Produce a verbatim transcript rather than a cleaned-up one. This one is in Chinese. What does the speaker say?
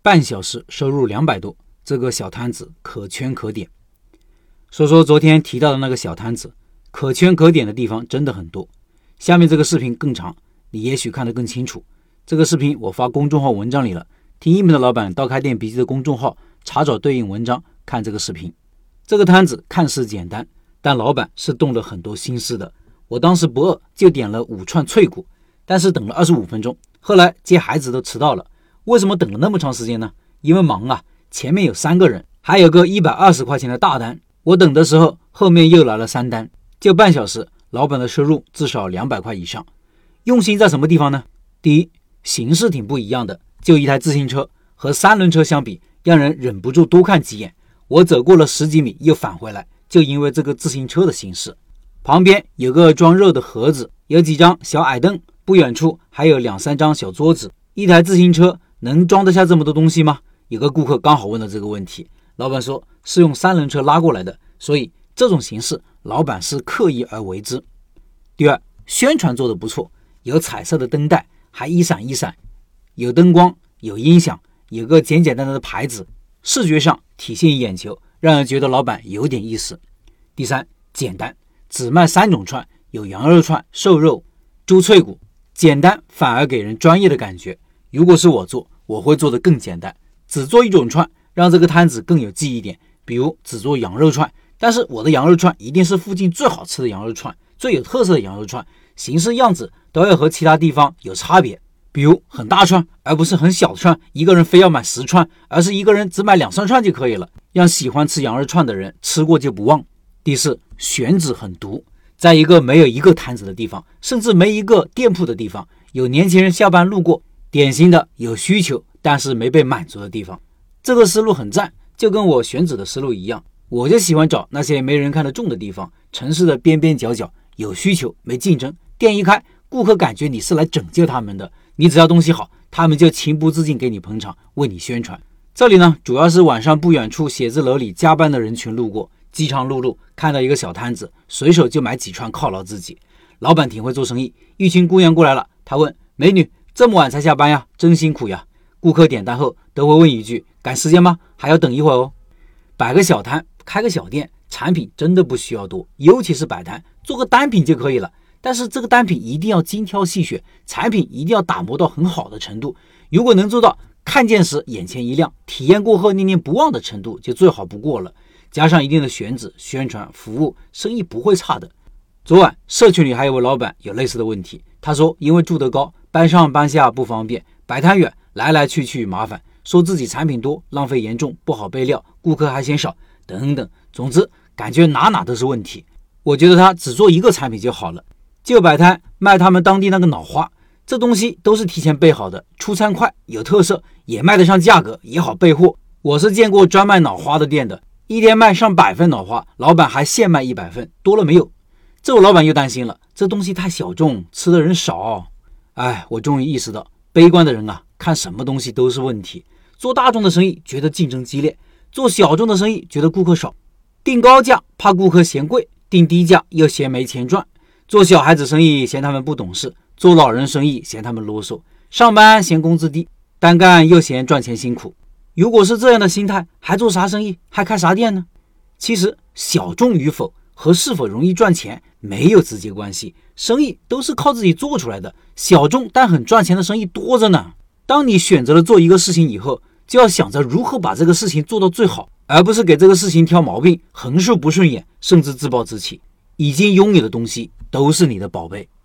半小时收入两百多，这个小摊子可圈可点。说说昨天提到的那个小摊子，可圈可点的地方真的很多。下面这个视频更长，你也许看得更清楚。这个视频我发公众号文章里了，听音频的老板到开店笔记的公众号查找对应文章看这个视频。这个摊子看似简单，但老板是动了很多心思的。我当时不饿就点了五串脆骨，但是等了二十五分钟，后来接孩子都迟到了。为什么等了那么长时间呢？因为忙啊，前面有三个人，还有个一百二十块钱的大单，我等的时候后面又来了三单，就半小时，老板的收入至少两百块以上。用心在什么地方呢？第一，形式挺不一样的，就一台自行车和三轮车相比，让人忍不住多看几眼。我走过了十几米又返回来，就因为这个自行车的形式。旁边有个装肉的盒子，有几张小矮凳，不远处还有两三张小桌子。一台自行车能装得下这么多东西吗？有个顾客刚好问了这个问题，老板说是用三轮车拉过来的，所以这种形式老板是刻意而为之。第二，宣传做得不错，有彩色的灯带，还一闪一闪，有灯光，有音响，有个简简单单的牌子，视觉上体现眼球，让人觉得老板有点意思。第三，简单，只卖三种串，有羊肉串、瘦肉、猪脆骨，简单反而给人专业的感觉。如果是我做，我会做得更简单，只做一种串，让这个摊子更有记忆点。比如只做羊肉串，但是我的羊肉串一定是附近最好吃的羊肉串，最有特色的羊肉串，形式样子都要和其他地方有差别。比如很大串，而不是很小的串，一个人非要买十串，而是一个人只买两三串就可以了，让喜欢吃羊肉串的人吃过就不忘。第四，选址很独，在一个没有一个摊子的地方，甚至没一个店铺的地方，有年轻人下班路过，典型的有需求但是没被满足的地方。这个思路很赞，就跟我选址的思路一样，我就喜欢找那些没人看得中的地方，城市的边边角角，有需求没竞争，店一开，顾客感觉你是来拯救他们的，你只要东西好，他们就情不自禁给你捧场，为你宣传。这里呢，主要是晚上不远处写字楼里加班的人群路过，饥肠辘辘，看到一个小摊子，随手就买几串犒劳自己。老板挺会做生意，一群姑娘过来了，他问美女，这么晚才下班呀？真辛苦呀。顾客点单后都会问一句，赶时间吗？还要等一会儿哦。摆个小摊，开个小店，产品真的不需要多，尤其是摆摊，做个单品就可以了。但是这个单品一定要精挑细选，产品一定要打磨到很好的程度。如果能做到看见时眼前一亮，体验过后念念不忘的程度，就最好不过了。加上一定的选址、宣传、服务，生意不会差的。昨晚社群里还有位老板有类似的问题，他说因为住得高，搬上搬下不方便，摆摊远，来来去去麻烦，说自己产品多，浪费严重，不好备料，顾客还嫌少，等等。总之感觉哪哪都是问题。我觉得他只做一个产品就好了，就摆摊卖他们当地那个脑花，这东西都是提前备好的，出餐快，有特色，也卖得上价格，也好备货。我是见过专卖脑花的店的，一天卖上百份脑花，老板还现卖一百份，多了没有？这我老板又担心了，这东西太小众，吃的人少。哎，我终于意识到，悲观的人啊，看什么东西都是问题。做大众的生意觉得竞争激烈，做小众的生意觉得顾客少，定高价怕顾客嫌贵，定低价又嫌没钱赚。做小孩子生意嫌他们不懂事，做老人生意嫌他们啰嗦，上班嫌工资低，单干又嫌赚钱辛苦。如果是这样的心态，还做啥生意，还开啥店呢？其实小众与否和是否容易赚钱没有直接关系，生意都是靠自己做出来的，小众但很赚钱的生意多着呢。当你选择了做一个事情以后，就要想着如何把这个事情做到最好，而不是给这个事情挑毛病，横竖不顺眼，甚至自暴自弃。已经拥有的东西都是你的宝贝。